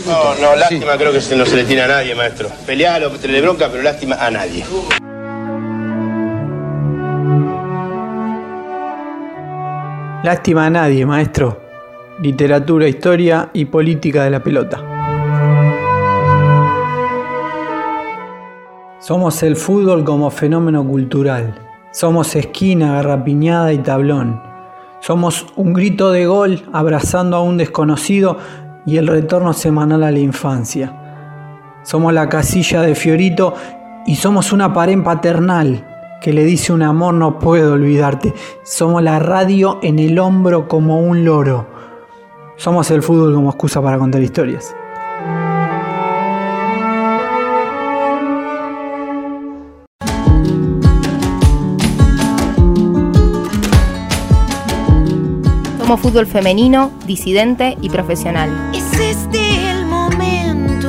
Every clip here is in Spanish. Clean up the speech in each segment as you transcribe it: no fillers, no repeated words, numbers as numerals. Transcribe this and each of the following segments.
No, lástima sí. Creo que no se le tiene a nadie, maestro. Pelear o tenerle bronca, pero lástima a nadie. Lástima a nadie, maestro. Literatura, historia y política de la pelota. Somos el fútbol como fenómeno cultural. Somos esquina, garrapiñada y tablón. Somos un grito de gol abrazando a un desconocido y el retorno semanal a la infancia. Somos la casilla de Fiorito y somos una pared paternal que le dice un amor no puedo olvidarte. Somos la radio en el hombro como un loro. Somos el fútbol como excusa para contar historias. Somos fútbol femenino, disidente y profesional. Es este el momento,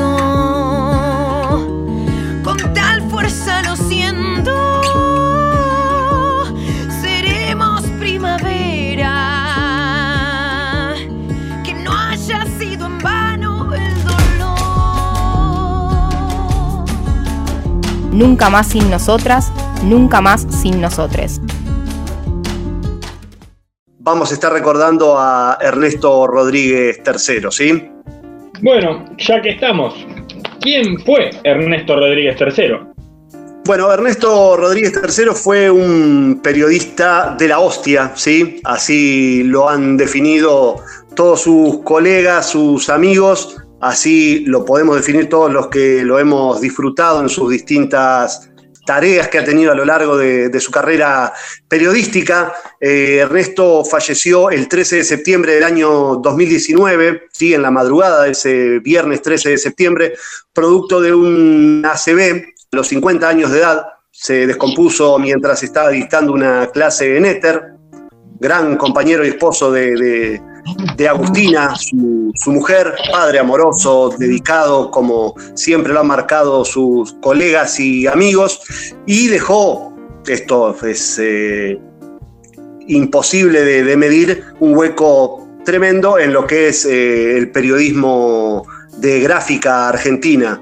con tal fuerza lo siento, seremos primavera, que no haya sido en vano el dolor. Nunca más sin nosotras, nunca más sin nosotres. Vamos a estar recordando a Ernesto Rodríguez III, ¿sí? Bueno, ya que estamos, ¿quién fue Ernesto Rodríguez III? Bueno, Ernesto Rodríguez III fue un periodista de la hostia, ¿sí? Así lo han definido todos sus colegas, sus amigos, así lo podemos definir todos los que lo hemos disfrutado en sus distintas tareas que ha tenido a lo largo de su carrera periodística. Ernesto falleció el 13 de septiembre del año 2019, ¿sí? En la madrugada de ese viernes 13 de septiembre, producto de un ACV, a los 50 años de edad, se descompuso mientras estaba dictando una clase en éter. Gran compañero y esposo de Agustina, su mujer, padre amoroso, dedicado, como siempre lo han marcado sus colegas y amigos, y dejó, esto es imposible de medir, un hueco tremendo en lo que es el periodismo de gráfica argentina.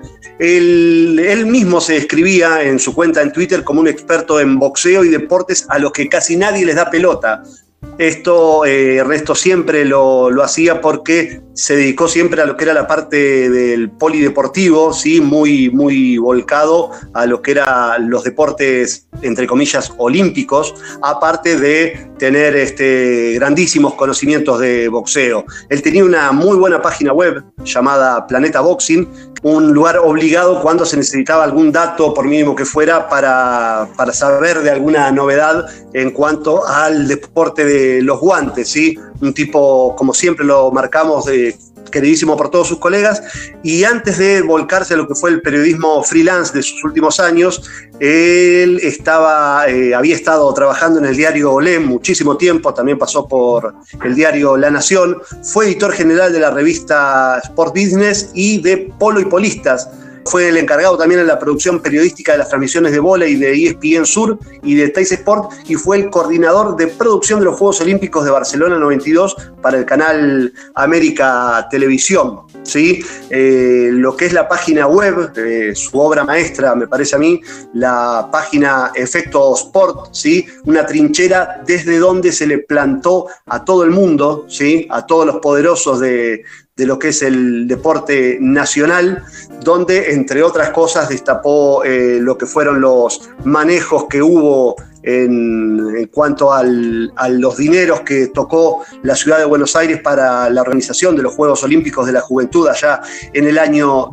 Él mismo se describía en su cuenta en Twitter como un experto en boxeo y deportes a los que casi nadie les da pelota. Esto Ernesto siempre lo hacía porque se dedicó siempre a lo que era la parte del polideportivo, ¿sí? Muy volcado a lo que eran los deportes, entre comillas, olímpicos, aparte de tener grandísimos conocimientos de boxeo. Él tenía una muy buena página web llamada Planeta Boxing, un lugar obligado cuando se necesitaba algún dato, por mínimo que fuera, para saber de alguna novedad en cuanto al deporte de los guantes, ¿sí? Un tipo, como siempre lo marcamos, queridísimo por todos sus colegas, y antes de volcarse a lo que fue el periodismo freelance de sus últimos años, él había estado trabajando en el diario Olé muchísimo tiempo, también pasó por el diario La Nación, fue editor general de la revista Sport Business y de Polo y Polistas. Fue el encargado también en la producción periodística de las transmisiones de vóley de ESPN Sur y de Teis Sport, y fue el coordinador de producción de los Juegos Olímpicos de Barcelona 92 para el canal América Televisión, ¿sí? Lo que es la página web, su obra maestra, me parece a mí, la página Efecto Sport, ¿sí? Una trinchera desde donde se le plantó a todo el mundo, ¿sí? A todos los poderosos de lo que es el deporte nacional, donde, entre otras cosas, destapó lo que fueron los manejos que hubo en cuanto a los dineros que tocó la ciudad de Buenos Aires para la organización de los Juegos Olímpicos de la Juventud allá en el año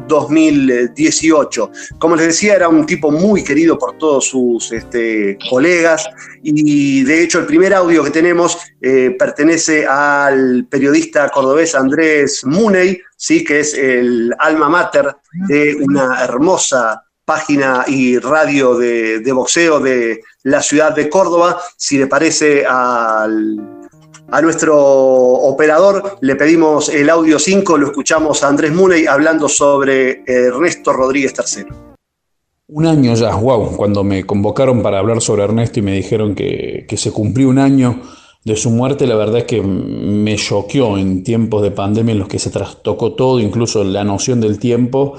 2018. Como les decía, era un tipo muy querido por todos sus colegas, y de hecho el primer audio que tenemos pertenece al periodista cordobés Andrés Muney, ¿sí? Que es el alma mater de una hermosa página y radio de boxeo de la ciudad de Córdoba. Si le parece a nuestro operador, le pedimos el audio 5, lo escuchamos a Andrés Muney hablando sobre Ernesto Rodríguez III. Un año ya, wow, cuando me convocaron para hablar sobre Ernesto y me dijeron que se cumplió un año, de su muerte, la verdad es que me choqueó en tiempos de pandemia en los que se trastocó todo, incluso la noción del tiempo.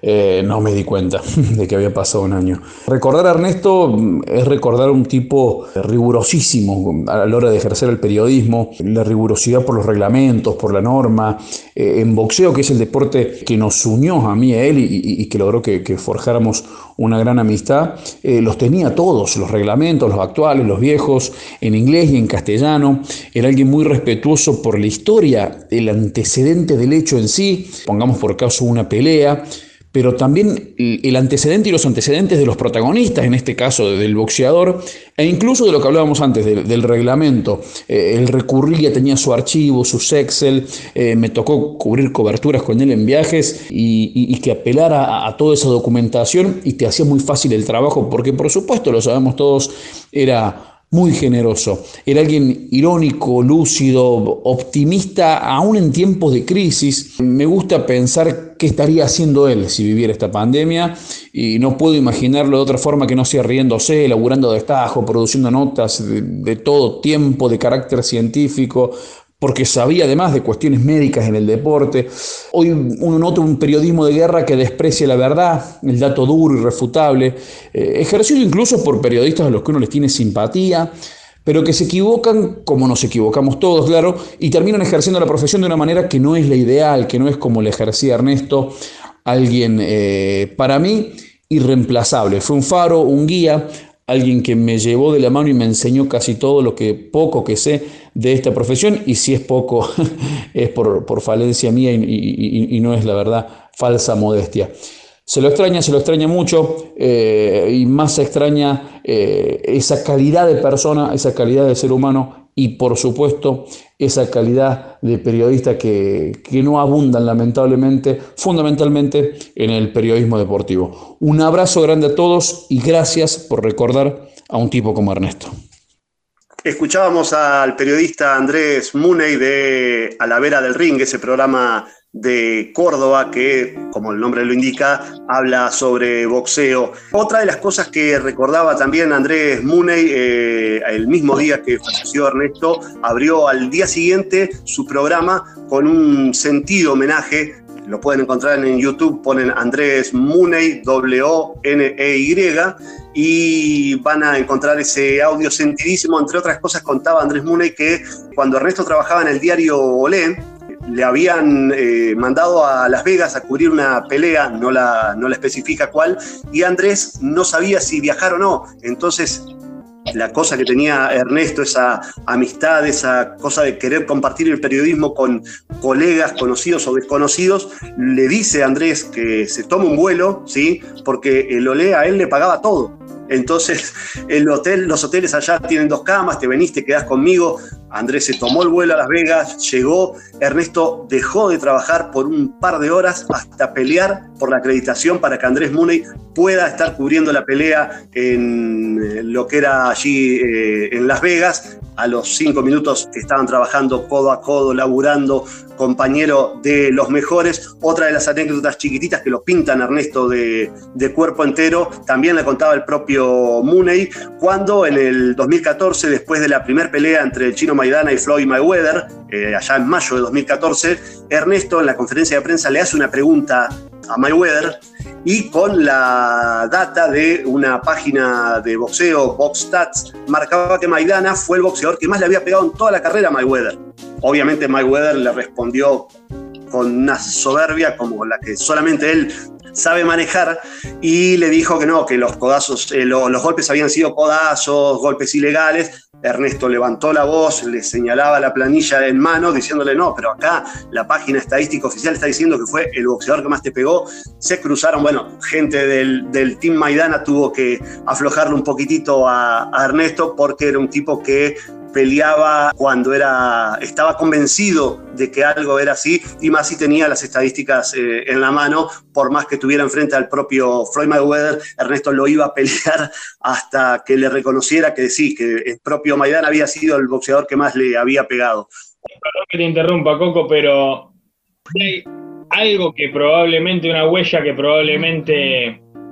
No me di cuenta de que había pasado un año. Recordar a Ernesto es recordar a un tipo rigurosísimo a la hora de ejercer el periodismo, la rigurosidad por los reglamentos, por la norma. En boxeo, que es el deporte que nos unió a mí y a él y que logró que forjáramos una gran amistad, los tenía todos, los reglamentos, los actuales, los viejos, en inglés y en castellano. Era alguien muy respetuoso por la historia, el antecedente del hecho en sí, pongamos por caso una pelea, pero también el antecedente y los antecedentes de los protagonistas, en este caso del boxeador, e incluso de lo que hablábamos antes, del reglamento. Él recurría, tenía su archivo, sus Excel, me tocó cubrir coberturas con él en viajes y que apelara a toda esa documentación y te hacía muy fácil el trabajo, porque por supuesto, lo sabemos todos, era muy generoso, era alguien irónico, lúcido, optimista, aún en tiempos de crisis. Me gusta pensar qué estaría haciendo él si viviera esta pandemia y no puedo imaginarlo de otra forma que no sea riéndose, laburando a destajo, produciendo notas de todo tiempo, de carácter científico, porque sabía además de cuestiones médicas en el deporte. Hoy uno nota un periodismo de guerra que desprecia la verdad, el dato duro, irrefutable, ejercido incluso por periodistas a los que uno les tiene simpatía, pero que se equivocan, como nos equivocamos todos, claro, y terminan ejerciendo la profesión de una manera que no es la ideal, que no es como la ejercía Ernesto, alguien para mí irreemplazable. Fue un faro, un guía, alguien que me llevó de la mano y me enseñó casi todo lo que poco que sé de esta profesión, y si es poco es por falencia mía y no es, la verdad, falsa modestia. Se lo extraña mucho, y más se extraña esa calidad de persona, esa calidad de ser humano y por supuesto esa calidad de periodista que no abundan lamentablemente, fundamentalmente en el periodismo deportivo. Un abrazo grande a todos y gracias por recordar a un tipo como Ernesto. Escuchábamos al periodista Andrés Muney de A la Vera del Ring, ese programa de Córdoba que, como el nombre lo indica, habla sobre boxeo. Otra de las cosas que recordaba también Andrés Muney, el mismo día que falleció Ernesto, abrió al día siguiente su programa con un sentido homenaje. Lo pueden encontrar en YouTube, ponen Andrés Muney, W-O-N-E-Y, y van a encontrar ese audio sentidísimo. Entre otras cosas, contaba Andrés Muney que cuando Ernesto trabajaba en el diario Olé, le habían mandado a Las Vegas a cubrir una pelea, no la especifica cuál, y Andrés no sabía si viajar o no. Entonces, la cosa que tenía Ernesto, esa amistad, esa cosa de querer compartir el periodismo con colegas conocidos o desconocidos, le dice a Andrés que se tome un vuelo, ¿sí? Porque el Olé a él le pagaba todo. Entonces, los hoteles allá tienen 2 camas, te venís, te quedás conmigo. Andrés se tomó el vuelo a Las Vegas, llegó, Ernesto dejó de trabajar por un par de horas hasta pelear por la acreditación para que Andrés Muney pueda estar cubriendo la pelea en lo que era allí en Las Vegas. A los 5 minutos estaban trabajando codo a codo, laburando, compañero de los mejores. Otra de las anécdotas chiquititas que lo pintan Ernesto de cuerpo entero, también la contaba el propio Muney, cuando en el 2014, después de la primera pelea entre el Chino Maidana y Floyd Mayweather, allá en mayo de 2014, Ernesto en la conferencia de prensa le hace una pregunta a Mayweather y con la data de una página de boxeo, BoxStats, marcaba que Maidana fue el boxeador que más le había pegado en toda la carrera a Mayweather. Obviamente Mayweather le respondió con una soberbia como la que solamente él sabe manejar, y le dijo que no, que los codazos, los golpes habían sido codazos, golpes ilegales. Ernesto levantó la voz, le señalaba la planilla en mano, diciéndole no, pero acá la página estadística oficial está diciendo que fue el boxeador que más te pegó. Se cruzaron, bueno, gente del Team Maidana tuvo que aflojarle un poquitito a Ernesto, porque era un tipo que peleaba cuando estaba convencido de que algo era así, y más si tenía las estadísticas en la mano. Por más que tuviera enfrente al propio Floyd Mayweather, Ernesto lo iba a pelear hasta que le reconociera que sí, que el propio Maidana había sido el boxeador que más le había pegado. Perdón que te interrumpa, Coco, pero hay algo que probablemente, una huella que probablemente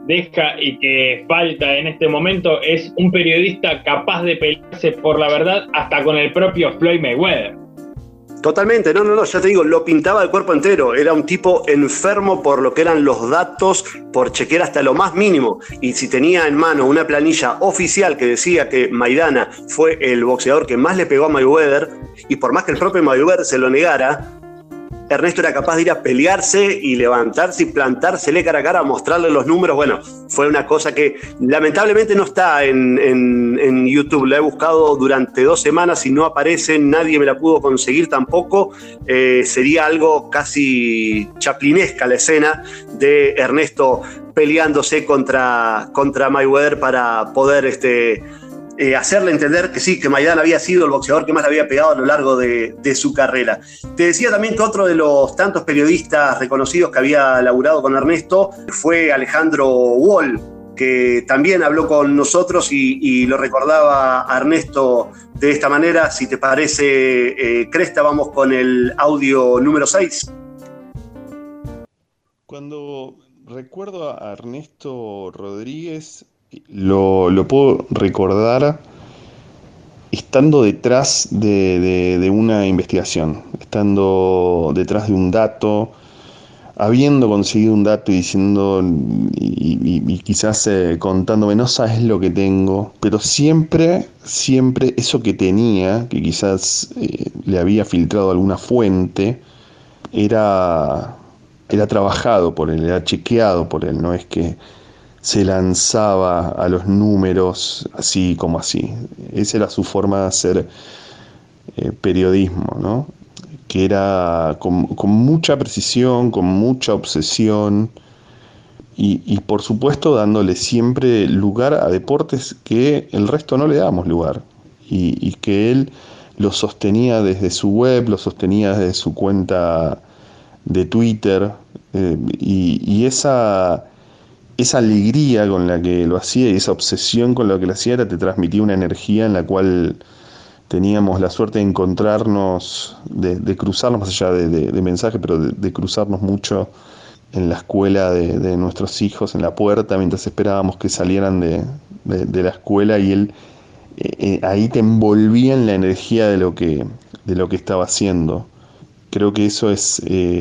deja y que falta en este momento es un periodista capaz de pelearse por la verdad hasta con el propio Floyd Mayweather. Totalmente, no, ya te digo, lo pintaba el cuerpo entero, era un tipo enfermo por lo que eran los datos, por chequear hasta lo más mínimo, y si tenía en mano una planilla oficial que decía que Maidana fue el boxeador que más le pegó a Mayweather, y por más que el propio Mayweather se lo negara, Ernesto era capaz de ir a pelearse y levantarse y plantársele cara a cara, mostrarle los números. Bueno, fue una cosa que lamentablemente no está en YouTube. La he buscado durante 2 semanas y no aparece, nadie me la pudo conseguir tampoco. Sería algo casi chaplinesca la escena de Ernesto peleándose contra Mayweather para poder hacerle entender que sí, que Maidana había sido el boxeador que más le había pegado a lo largo de su carrera. Te decía también que otro de los tantos periodistas reconocidos que había laburado con Ernesto fue Alejandro Wall, que también habló con nosotros y lo recordaba a Ernesto de esta manera. Si te parece, Cresta, vamos con el audio número 6. Cuando recuerdo a Ernesto Rodríguez, lo puedo recordar estando detrás de una investigación, estando detrás de un dato, habiendo conseguido un dato y diciendo, y quizás contándome, no sabes lo que tengo, pero siempre eso que tenía, que quizás le había filtrado alguna fuente, era trabajado por él, era chequeado por él, no es que se lanzaba a los números así como así. Esa era su forma de hacer periodismo, ¿no? Que era con mucha precisión, con mucha obsesión y por supuesto dándole siempre lugar a deportes que el resto no le damos lugar y que él lo sostenía desde su web, lo sostenía desde su cuenta de Twitter y esa alegría con la que lo hacía y esa obsesión con lo que lo hacía te transmitía una energía en la cual teníamos la suerte de encontrarnos, de cruzarnos más allá de mensajes, pero de cruzarnos mucho en la escuela de nuestros hijos, en la puerta, mientras esperábamos que salieran de la escuela y él ahí te envolvía en la energía de lo que estaba haciendo. Creo que eso es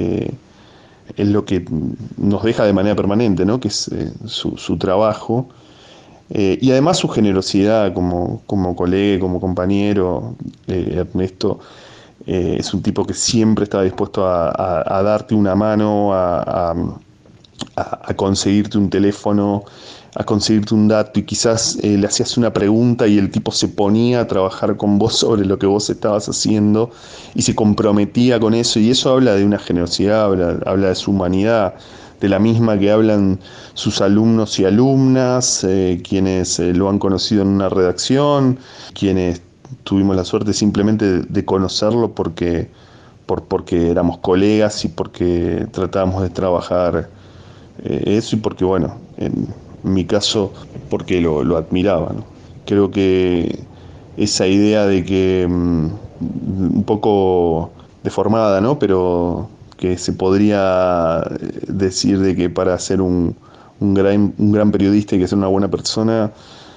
lo que nos deja de manera permanente, ¿no? Que es su trabajo y además su generosidad como colega, como compañero. Ernesto es un tipo que siempre estaba dispuesto a darte una mano, a conseguirte un teléfono, a conseguirte un dato y quizás le hacías una pregunta y el tipo se ponía a trabajar con vos sobre lo que vos estabas haciendo y se comprometía con eso, y eso habla de una generosidad, habla de su humanidad, de la misma que hablan sus alumnos y alumnas, quienes lo han conocido en una redacción, quienes tuvimos la suerte simplemente de conocerlo porque éramos colegas y porque tratábamos de trabajar eso y porque, bueno, en mi caso, porque lo admiraba, ¿no? Creo que esa idea de que, un poco deformada, ¿no? Pero que se podría decir de que para ser un gran periodista y que ser una buena persona,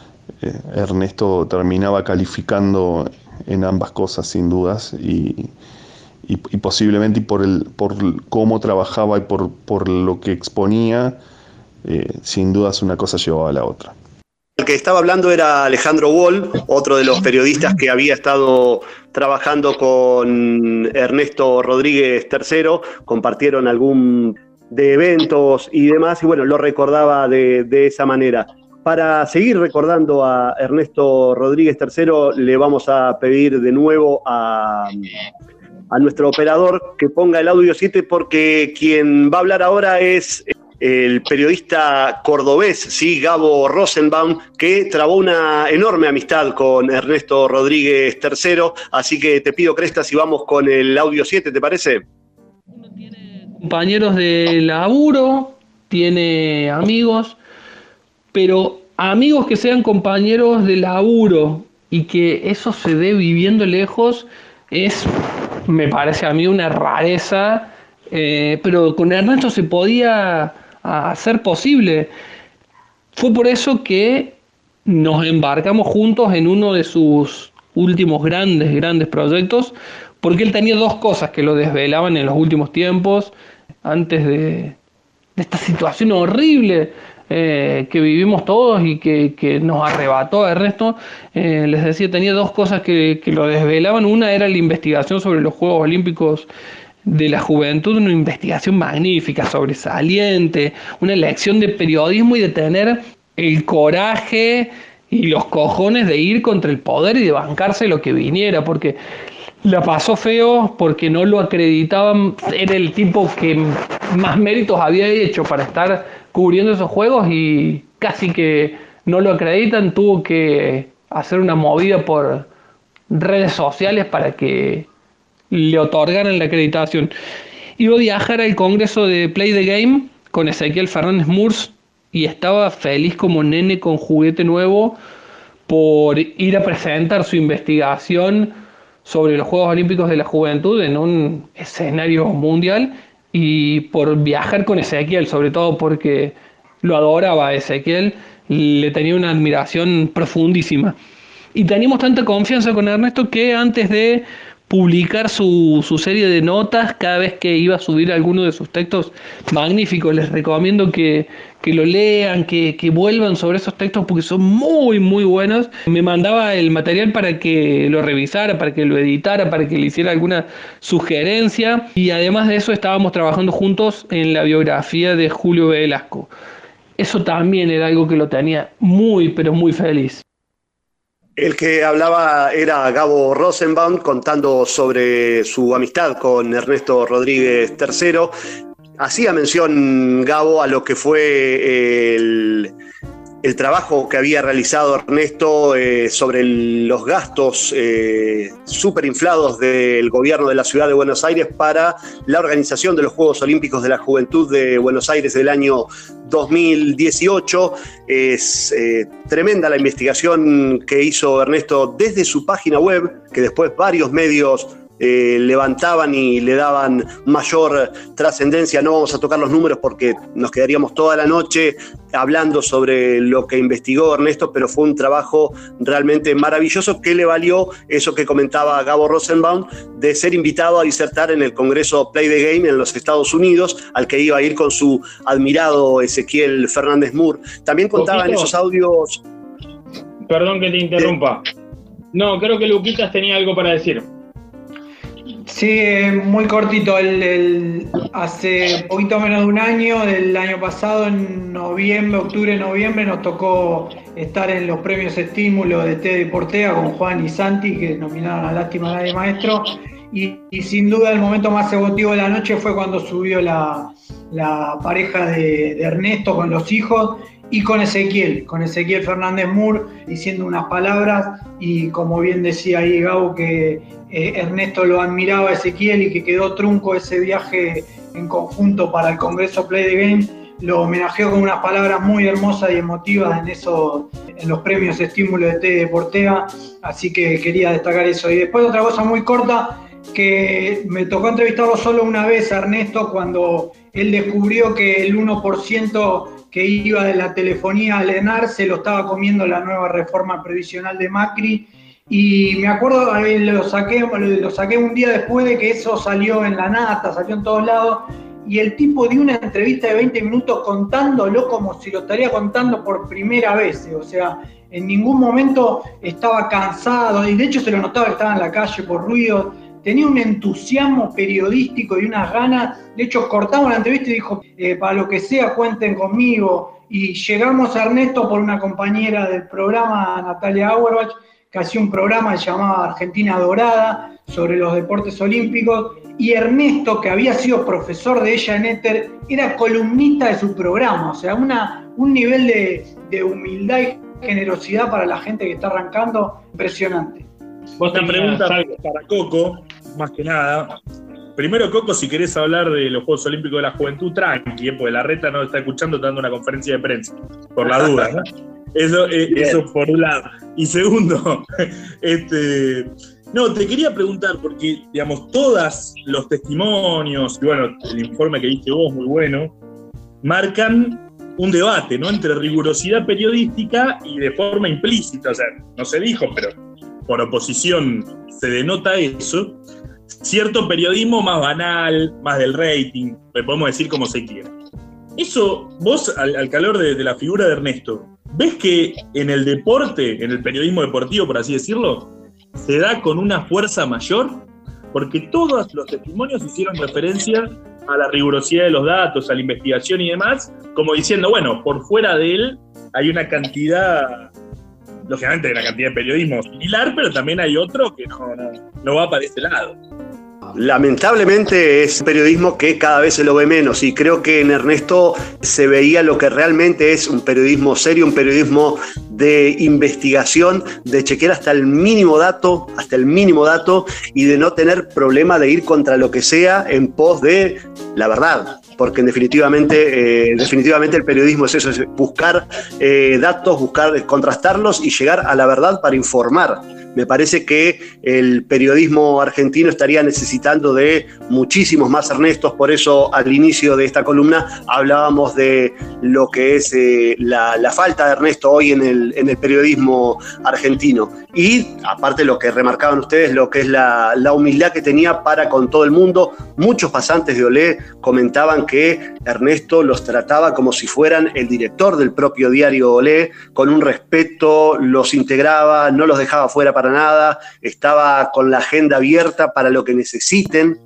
Ernesto terminaba calificando en ambas cosas, sin dudas, y posiblemente por cómo trabajaba y por lo que exponía, sin dudas una cosa llevaba a la otra. El que estaba hablando era Alejandro Wall, otro de los periodistas que había estado trabajando con Ernesto Rodríguez III, compartieron algún de eventos y demás, y bueno, lo recordaba de esa manera. Para seguir recordando a Ernesto Rodríguez III, le vamos a pedir de nuevo a nuestro operador que ponga el audio 7, porque quien va a hablar ahora es el periodista cordobés, ¿sí? Gabo Rosenbaum, que trabó una enorme amistad con Ernesto Rodríguez III, así que te pido, Cresta, si vamos con el audio 7, ¿te parece? Uno tiene compañeros de laburo, tiene amigos, pero amigos que sean compañeros de laburo y que eso se dé viviendo lejos me parece a mí una rareza, pero con Ernesto se podía hacer posible. Fue por eso que nos embarcamos juntos en uno de sus últimos grandes proyectos, porque él tenía dos cosas que lo desvelaban en los últimos tiempos, antes de esta situación horrible que vivimos todos y que nos arrebató a Ernesto. Les decía, tenía dos cosas que lo desvelaban. Una era la investigación sobre los Juegos Olímpicos de la Juventud, una investigación magnífica, sobresaliente, una lección de periodismo y de tener el coraje y los cojones de ir contra el poder y de bancarse lo que viniera, porque la pasó feo, porque no lo acreditaban. Era el tipo que más méritos había hecho para estar cubriendo esos juegos y casi que no lo acreditan. Tuvo que hacer una movida por redes sociales para que le otorgaran la acreditación. Iba a viajar al congreso de Play the Game con Ezequiel Fernández Murs y estaba feliz como nene con juguete nuevo por ir a presentar su investigación sobre los Juegos Olímpicos de la Juventud en un escenario mundial, y por viajar con Ezequiel, sobre todo porque lo adoraba a Ezequiel, le tenía una admiración profundísima. Y teníamos tanta confianza con Ernesto que antes de publicar su serie de notas, cada vez que iba a subir alguno de sus textos magníficos, les recomiendo que lo lean, que vuelvan sobre esos textos porque son muy muy buenos. Me mandaba el material para que lo revisara, para que lo editara, para que le hiciera alguna sugerencia, y además de eso estábamos trabajando juntos en la biografía de Julio Velasco. Eso también era algo que lo tenía muy pero muy feliz. El que hablaba era Gabo Rosenbaum, contando sobre su amistad con Ernesto Rodríguez III. Hacía mención Gabo a lo que fue el trabajo que había realizado Ernesto sobre los gastos superinflados del gobierno de la ciudad de Buenos Aires para la organización de los Juegos Olímpicos de la Juventud de Buenos Aires del año 2018. Es tremenda la investigación que hizo Ernesto desde su página web, que después varios medios levantaban y le daban mayor trascendencia. No vamos a tocar los números porque nos quedaríamos toda la noche hablando sobre lo que investigó Ernesto, pero fue un trabajo realmente maravilloso que le valió eso que comentaba Gabo Rosenbaum, de ser invitado a disertar en el Congreso Play the Game en los Estados Unidos, al que iba a ir con su admirado Ezequiel Fernández Murs. También contaba en esos audios... Perdón que te interrumpa. No, creo que Luquitas tenía algo para decir. Sí, muy cortito. Hace poquito menos de un año, del año pasado, en octubre, noviembre, nos tocó estar en los premios Estímulo de TED Deportea con Juan y Santi, que nominaron a Lástima Nadie Maestro. Y sin duda el momento más emotivo de la noche fue cuando subió la pareja de Ernesto con los hijos y con Ezequiel Fernández Murs, diciendo unas palabras, y como bien decía ahí Gabo, que Ernesto lo admiraba a Ezequiel y que quedó trunco ese viaje en conjunto para el Congreso Play the Game. Lo homenajeó con unas palabras muy hermosas y emotivas en los premios Estímulo de TED Deportea, así que quería destacar eso. Y después otra cosa muy corta, que me tocó entrevistarlo solo una vez a Ernesto cuando él descubrió que el 1% que iba de la telefonía al ENAR se lo estaba comiendo la nueva reforma previsional de Macri, y me acuerdo, lo saqué un día después de que eso salió en La Nata, salió en todos lados, y el tipo dio una entrevista de 20 minutos contándolo como si lo estaría contando por primera vez, o sea, en ningún momento estaba cansado, y de hecho se lo notaba que estaba en la calle por ruido. Tenía un entusiasmo periodístico y unas ganas. De hecho, cortamos la entrevista y dijo, para lo que sea, cuenten conmigo. Y llegamos a Ernesto por una compañera del programa, Natalia Auerbach, que hacía un programa que se llamaba Argentina Dorada, sobre los deportes olímpicos. Y Ernesto, que había sido profesor de ella en Éter, era columnista de su programa. O sea, un nivel de humildad y generosidad para la gente que está arrancando impresionante. Una pregunta para Coco, más que nada. Primero, Coco, si querés hablar de los Juegos Olímpicos de la Juventud, tranqui, porque la Reta no está escuchando, está dando una conferencia de prensa, por la duda, ¿no? Eso por un lado. Y segundo, no, te quería preguntar, porque, digamos, todos los testimonios, y bueno, el informe que diste vos, muy bueno, marcan un debate, ¿no?, entre rigurosidad periodística y de forma implícita, o sea, no se dijo, pero por oposición se denota eso, cierto periodismo más banal, más del rating, le podemos decir como se quiera. Eso, vos, al calor de la figura de Ernesto, ¿ves que en el deporte, en el periodismo deportivo, por así decirlo, se da con una fuerza mayor? Porque todos los testimonios hicieron referencia a la rigurosidad de los datos, a la investigación y demás, como diciendo, bueno, por fuera de él hay una cantidad, lógicamente hay una cantidad de periodismo similar, pero también hay otro que no va para ese lado. Lamentablemente es periodismo que cada vez se lo ve menos, y creo que en Ernesto se veía lo que realmente es un periodismo serio, un periodismo de investigación, de chequear hasta el mínimo dato y de no tener problema de ir contra lo que sea en pos de la verdad. Porque definitivamente el periodismo es eso, es buscar datos, buscar contrastarlos y llegar a la verdad para informar. Me parece que el periodismo argentino estaría necesitando de muchísimos más Ernestos, por eso al inicio de esta columna hablábamos de lo que es la falta de Ernesto hoy en el periodismo argentino. Y aparte lo que remarcaban ustedes, lo que es la humildad que tenía para con todo el mundo. Muchos pasantes de Olé comentaban que Ernesto los trataba como si fueran el director del propio diario Olé, con un respeto, los integraba, no los dejaba fuera para nada, estaba con la agenda abierta para lo que necesiten,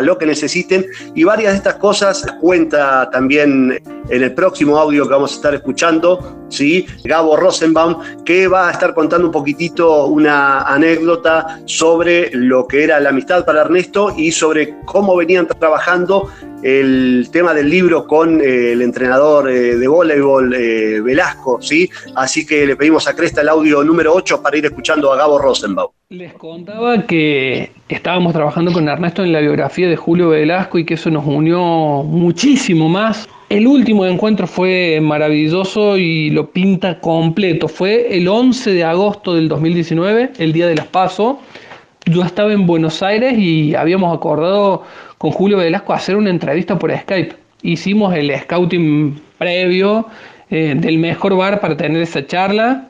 y varias de estas cosas cuenta también en el próximo audio que vamos a estar escuchando, ¿sí?, Gabo Rosenbaum, que va a estar contando un poquitito una anécdota sobre lo que era la amistad para Ernesto y sobre cómo venían trabajando el tema del libro con el entrenador de voleibol Velasco, ¿sí? Así que le pedimos a Cresta el audio número 8 para ir escuchando a Gabo Rosenbaum. Les contaba que estábamos trabajando con Ernesto en la biografía de Julio Velasco y que eso nos unió muchísimo más. El último encuentro fue maravilloso y lo pinta completo. Fue el 11 de agosto del 2019, el día de las PASO. Yo estaba en Buenos Aires y habíamos acordado con Julio Velasco hacer una entrevista por Skype. Hicimos el scouting previo del mejor bar para tener esa charla.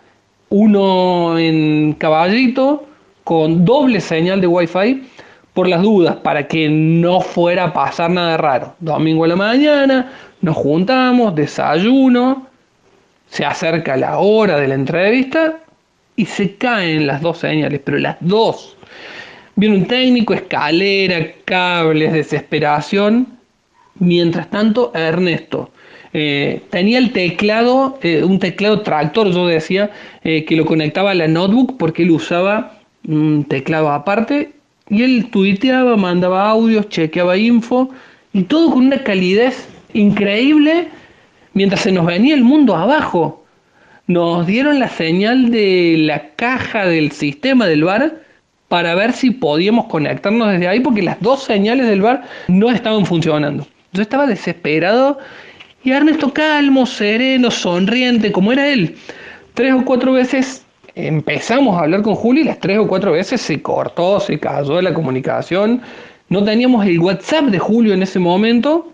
Uno en Caballito, con doble señal de Wi-Fi, por las dudas, para que no fuera a pasar nada raro. Domingo a la mañana, nos juntamos, desayuno, se acerca la hora de la entrevista y se caen las dos señales, pero las dos. Viene un técnico, escalera, cables, desesperación. Mientras tanto, Ernesto tenía el teclado, un teclado tractor, yo decía, que lo conectaba a la notebook porque él usaba un teclado aparte, y él tuiteaba, mandaba audios, chequeaba info, y todo con una calidez increíble, mientras se nos venía el mundo abajo. Nos dieron la señal de la caja del sistema del bar para ver si podíamos conectarnos desde ahí, porque las dos señales del bar no estaban funcionando. Yo estaba desesperado y Ernesto calmo, sereno, sonriente, como era él. 3 o 4 veces empezamos a hablar con Juli y las 3 o 4 veces se cortó, se cayó la comunicación. No teníamos el WhatsApp de Julio en ese momento,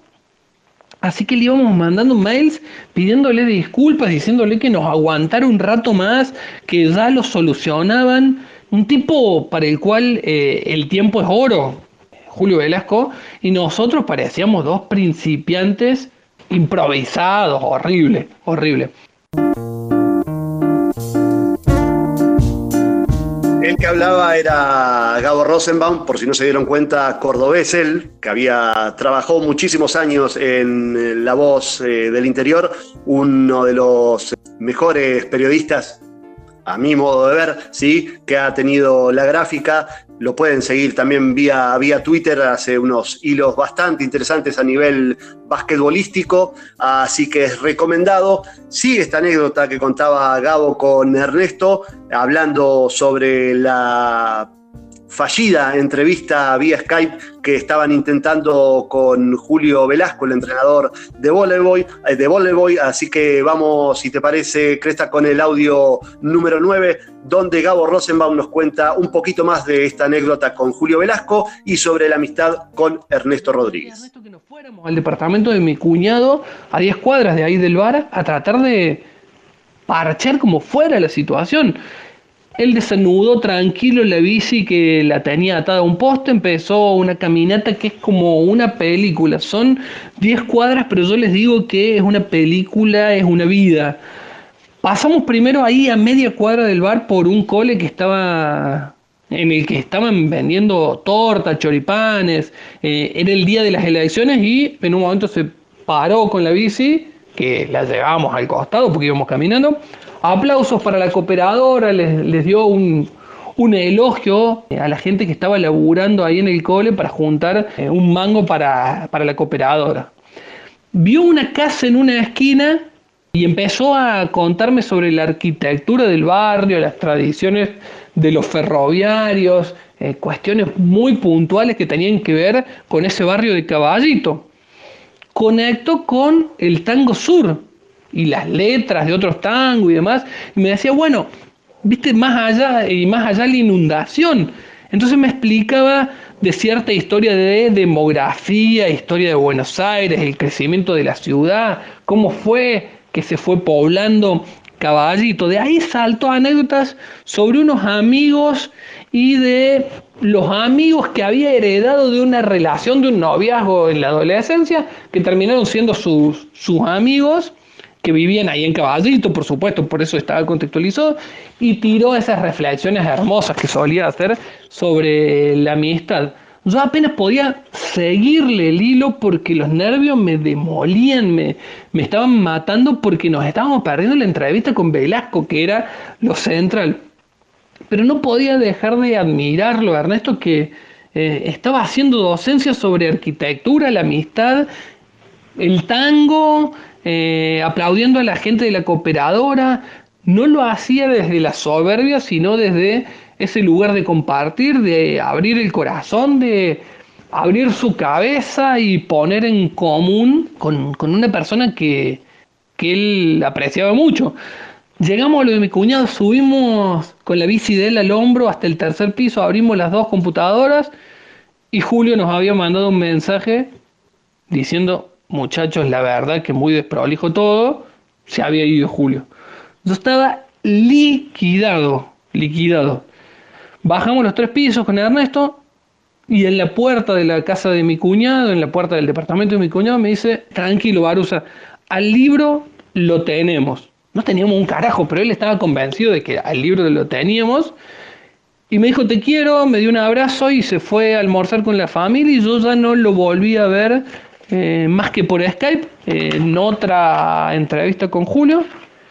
así que le íbamos mandando mails pidiéndole disculpas, diciéndole que nos aguantara un rato más, que ya lo solucionaban. Un tipo para el cual el tiempo es oro, Julio Velasco, y nosotros parecíamos dos principiantes improvisados, horrible. El que hablaba era Gabo Rosenbaum, por si no se dieron cuenta, cordobés él, que trabajó muchísimos años en La Voz del Interior, uno de los mejores periodistas, a mi modo de ver, ¿sí?, que ha tenido La Gráfica. Lo pueden seguir también vía Twitter, hace unos hilos bastante interesantes a nivel basquetbolístico, así que es recomendado. Sigue esta anécdota que contaba Gabo con Ernesto, hablando sobre la fallida entrevista vía Skype que estaban intentando con Julio Velasco, el entrenador de voleibol. Así que vamos, si te parece, Cresta, con el audio número 9, donde Gabo Rosenbaum nos cuenta un poquito más de esta anécdota con Julio Velasco y sobre la amistad con Ernesto Rodríguez. Ernesto, que nos fuéramos al departamento de mi cuñado, a 10 cuadras de ahí del bar, a tratar de parchar como fuera la situación. Él desanudó tranquilo la bici que la tenía atada a un poste, empezó una caminata que es como una película. Son 10 cuadras, pero yo les digo que es una película, es una vida. Pasamos primero ahí a media cuadra del bar por un cole en el que estaban vendiendo tortas, choripanes. Era el día de las elecciones y en un momento se paró con la bici, que la llevábamos al costado porque íbamos caminando. Aplausos para la cooperadora, les dio un elogio a la gente que estaba laburando ahí en el cole para juntar un mango para la cooperadora. Vio una casa en una esquina y empezó a contarme sobre la arquitectura del barrio, las tradiciones de los ferroviarios, cuestiones muy puntuales que tenían que ver con ese barrio de Caballito. Conectó con el tango sur y las letras de otros tangos y demás, y me decía, bueno, viste, más allá la inundación. Entonces me explicaba de cierta historia de demografía, historia de Buenos Aires, el crecimiento de la ciudad, cómo fue que se fue poblando Caballito. De ahí saltó anécdotas sobre unos amigos y de los amigos que había heredado de una relación, de un noviazgo en la adolescencia, que terminaron siendo sus amigos, que vivían ahí en Caballito, por supuesto, por eso estaba contextualizado, y tiró esas reflexiones hermosas que solía hacer sobre la amistad. Yo apenas podía seguirle el hilo porque los nervios me demolían, me estaban matando porque nos estábamos perdiendo la entrevista con Velasco, que era lo central. Pero no podía dejar de admirarlo, Ernesto, que estaba haciendo docencia sobre arquitectura, la amistad, el tango, aplaudiendo a la gente de la cooperadora. No lo hacía desde la soberbia, sino desde ese lugar de compartir, de abrir el corazón, de abrir su cabeza y poner en común con una persona que él apreciaba mucho. Llegamos a lo de mi cuñado, subimos con la bici de él al hombro hasta el tercer piso, abrimos las 2 computadoras y Julio nos había mandado un mensaje diciendo: muchachos, la verdad que muy desprolijo todo, se había ido Julio. Yo estaba liquidado. Bajamos los 3 pisos con Ernesto y en la puerta de la casa de mi cuñado, en la puerta del departamento de mi cuñado, me dice: tranquilo, Baruza, al libro lo tenemos. No teníamos un carajo, pero él estaba convencido de que al libro lo teníamos. Y me dijo: te quiero, me dio un abrazo y se fue a almorzar con la familia y yo ya no lo volví a ver más que por Skype, en otra entrevista con Julio.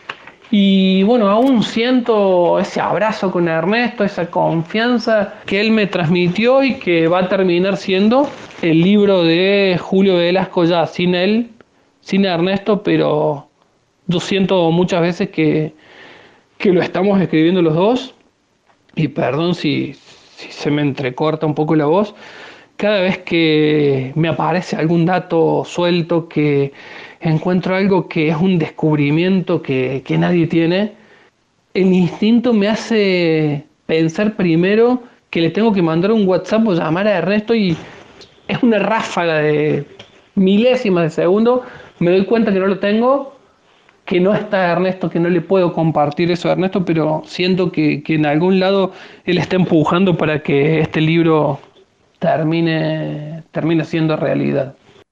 Y bueno, aún siento ese abrazo con Ernesto, esa confianza que él me transmitió y que va a terminar siendo el libro de Julio Velasco ya sin él, sin Ernesto, pero yo siento muchas veces que lo estamos escribiendo los dos. Y perdón si se me entrecorta un poco la voz. Cada vez que me aparece algún dato suelto, que encuentro algo que es un descubrimiento que nadie tiene, el instinto me hace pensar primero que le tengo que mandar un WhatsApp o llamar a Ernesto, y es una ráfaga de milésimas de segundo, me doy cuenta que no lo tengo, que no está Ernesto, que no le puedo compartir eso a Ernesto, pero siento que en algún lado él está empujando para que este libro termine siendo realidad.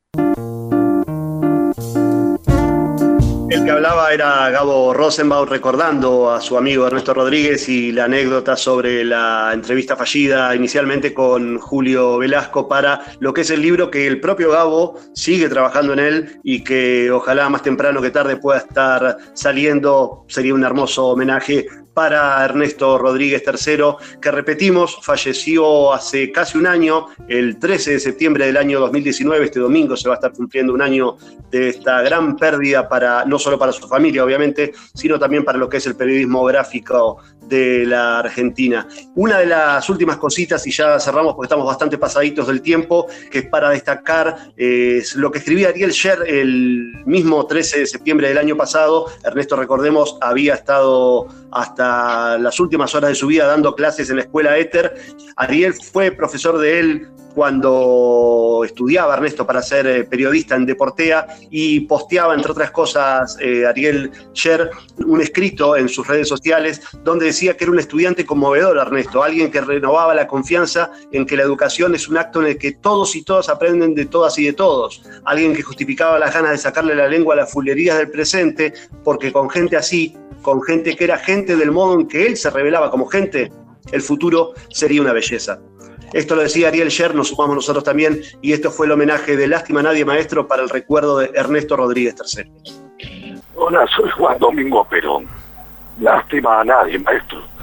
El que hablaba era Gabo Rosenbaum, recordando a su amigo Ernesto Rodríguez y la anécdota sobre la entrevista fallida inicialmente con Julio Velasco para lo que es el libro, que el propio Gabo sigue trabajando en él y que ojalá más temprano que tarde pueda estar saliendo. Sería un hermoso homenaje para Ernesto Rodríguez III, que repetimos, falleció hace casi un año, el 13 de septiembre del año 2019, este domingo se va a estar cumpliendo un año de esta gran pérdida, no solo para su familia, obviamente, sino también para lo que es el periodismo gráfico de la Argentina. Una de las últimas cositas, y ya cerramos porque estamos bastante pasaditos del tiempo, que es para destacar, es lo que escribía Ariel Sher el mismo 13 de septiembre del año pasado. Ernesto, recordemos, había estado hasta las últimas horas de su vida dando clases en la escuela Éter. Ariel fue profesor de él cuando estudiaba Ernesto para ser periodista en Deportea, y posteaba, entre otras cosas, Ariel Sher, un escrito en sus redes sociales donde decía que era un estudiante conmovedor, Ernesto, alguien que renovaba la confianza en que la educación es un acto en el que todos y todas aprenden de todas y de todos, alguien que justificaba las ganas de sacarle la lengua a las fulerías del presente, porque con gente así, con gente que era gente del modo en que él se revelaba como gente, el futuro sería una belleza. Esto lo decía Ariel Sher, nos sumamos nosotros también, y esto fue el homenaje de Lástima a Nadie, maestro, para el recuerdo de Ernesto Rodríguez III. Hola, soy Juan Domingo Perón. Lástima a nadie, maestro.